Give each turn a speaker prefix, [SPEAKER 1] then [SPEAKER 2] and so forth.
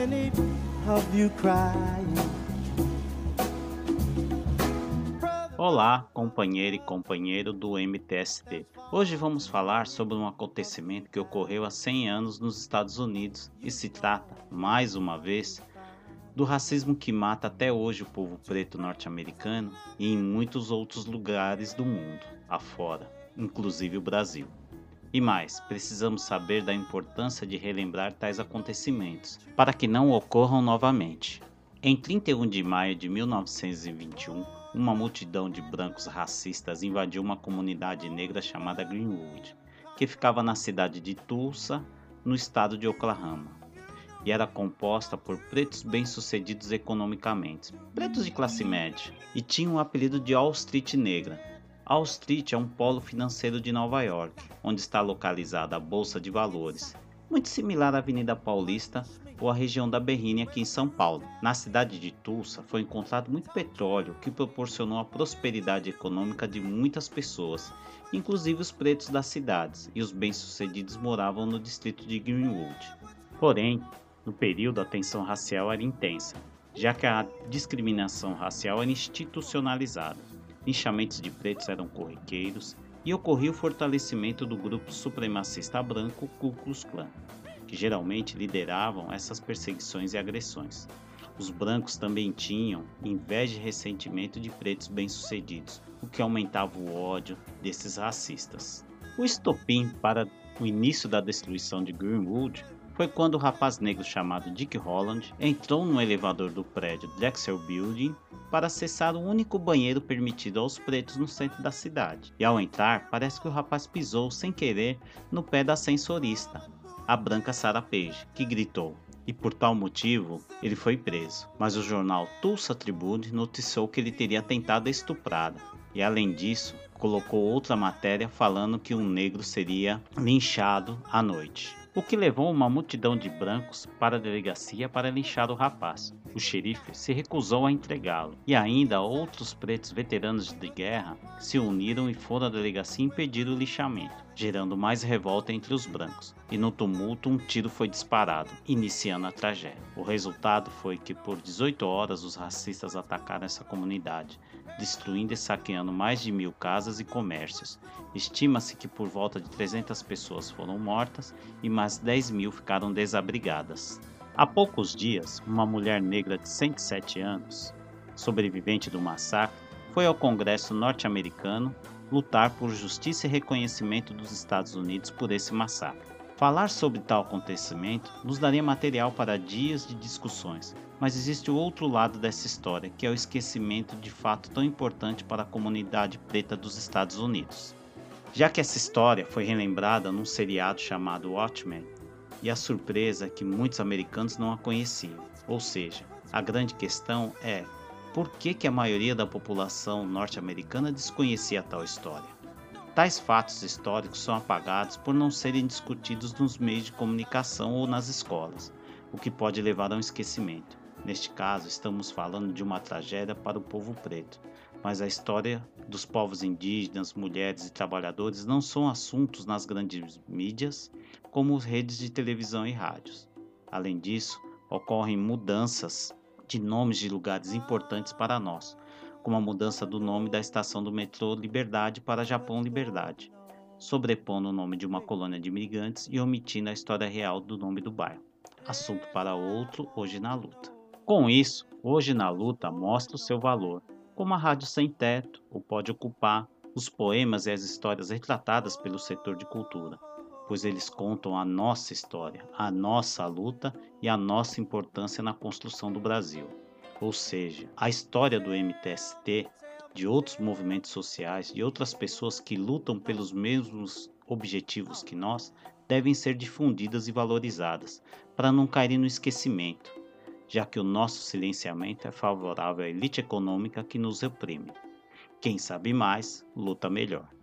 [SPEAKER 1] many of you crying?
[SPEAKER 2] Olá, companheira e companheiro do MTST. Hoje vamos falar sobre um acontecimento que ocorreu há 100 anos nos Estados Unidos e se trata, mais uma vez, do racismo que mata até hoje o povo preto norte-americano e em muitos outros lugares do mundo, afora, inclusive o Brasil. E mais, precisamos saber da importância de relembrar tais acontecimentos, para que não ocorram novamente. Em 31 de maio de 1921, uma multidão de brancos racistas invadiu uma comunidade negra chamada Greenwood, que ficava na cidade de Tulsa, no estado de Oklahoma, e era composta por pretos bem-sucedidos economicamente, pretos de classe média, e tinha o apelido de Wall Street Negra. Wall Street é um polo financeiro de Nova York, onde está localizada a Bolsa de Valores, muito similar à Avenida Paulista ou à região da Berrini aqui em São Paulo. Na cidade de Tulsa foi encontrado muito petróleo que proporcionou a prosperidade econômica de muitas pessoas, inclusive os pretos das cidades, e os bem-sucedidos moravam no distrito de Greenwood. Porém, no período a tensão racial era intensa, já que a discriminação racial era institucionalizada. Linchamentos de pretos eram corriqueiros e ocorria o fortalecimento do grupo supremacista branco Ku Klux Klan, que geralmente lideravam essas perseguições e agressões. Os brancos também tinham inveja e ressentimento de pretos bem-sucedidos, o que aumentava o ódio desses racistas. O estopim para o início da destruição de Greenwood foi quando o rapaz negro chamado Dick Holland entrou no elevador do prédio Drexel Building para acessar o único banheiro permitido aos pretos no centro da cidade. E ao entrar, parece que o rapaz pisou sem querer no pé da ascensorista, a branca Sarah Page, que gritou. E por tal motivo, ele foi preso. Mas o jornal Tulsa Tribune noticiou que ele teria tentado estuprada. E além disso, colocou outra matéria falando que um negro seria linchado à noite, o que levou uma multidão de brancos para a delegacia para linchar o rapaz. O xerife se recusou a entregá-lo, e ainda outros pretos veteranos de guerra se uniram e foram à delegacia impedir o linchamento, gerando mais revolta entre os brancos, e no tumulto um tiro foi disparado, iniciando a tragédia. O resultado foi que por 18 horas os racistas atacaram essa comunidade, destruindo e saqueando mais de 1000 casas e comércios. Estima-se que por volta de 300 pessoas foram mortas e mais 10.000 ficaram desabrigadas. Há poucos dias, uma mulher negra de 107 anos, sobrevivente do massacre, foi ao Congresso norte-americano lutar por justiça e reconhecimento dos Estados Unidos por esse massacre. Falar sobre tal acontecimento nos daria material para dias de discussões, mas existe o outro lado dessa história, que é o esquecimento de fato tão importante para a comunidade preta dos Estados Unidos. Já que essa história foi relembrada num seriado chamado Watchmen, e a surpresa é que muitos americanos não a conheciam. Ou seja, a grande questão é por que a maioria da população norte-americana desconhecia tal história. Tais fatos históricos são apagados por não serem discutidos nos meios de comunicação ou nas escolas, o que pode levar a um esquecimento. Neste caso, estamos falando de uma tragédia para o povo preto, mas a história dos povos indígenas, mulheres e trabalhadores não são assuntos nas grandes mídias, como redes de televisão e rádios. Além disso, ocorrem mudanças de nomes de lugares importantes para nós, como a mudança do nome da estação do metrô Liberdade para Japão Liberdade, sobrepondo o nome de uma colônia de imigrantes e omitindo a história real do nome do bairro. Assunto para outro, Hoje na Luta. Com isso, Hoje na Luta mostra o seu valor, como a Rádio Sem Teto, o Pode Ocupar, os poemas e as histórias retratadas pelo setor de cultura, pois eles contam a nossa história, a nossa luta e a nossa importância na construção do Brasil. Ou seja, a história do MTST, de outros movimentos sociais e outras pessoas que lutam pelos mesmos objetivos que nós, devem ser difundidas e valorizadas, para não cair no esquecimento, já que o nosso silenciamento é favorável à elite econômica que nos oprime. Quem sabe mais, luta melhor.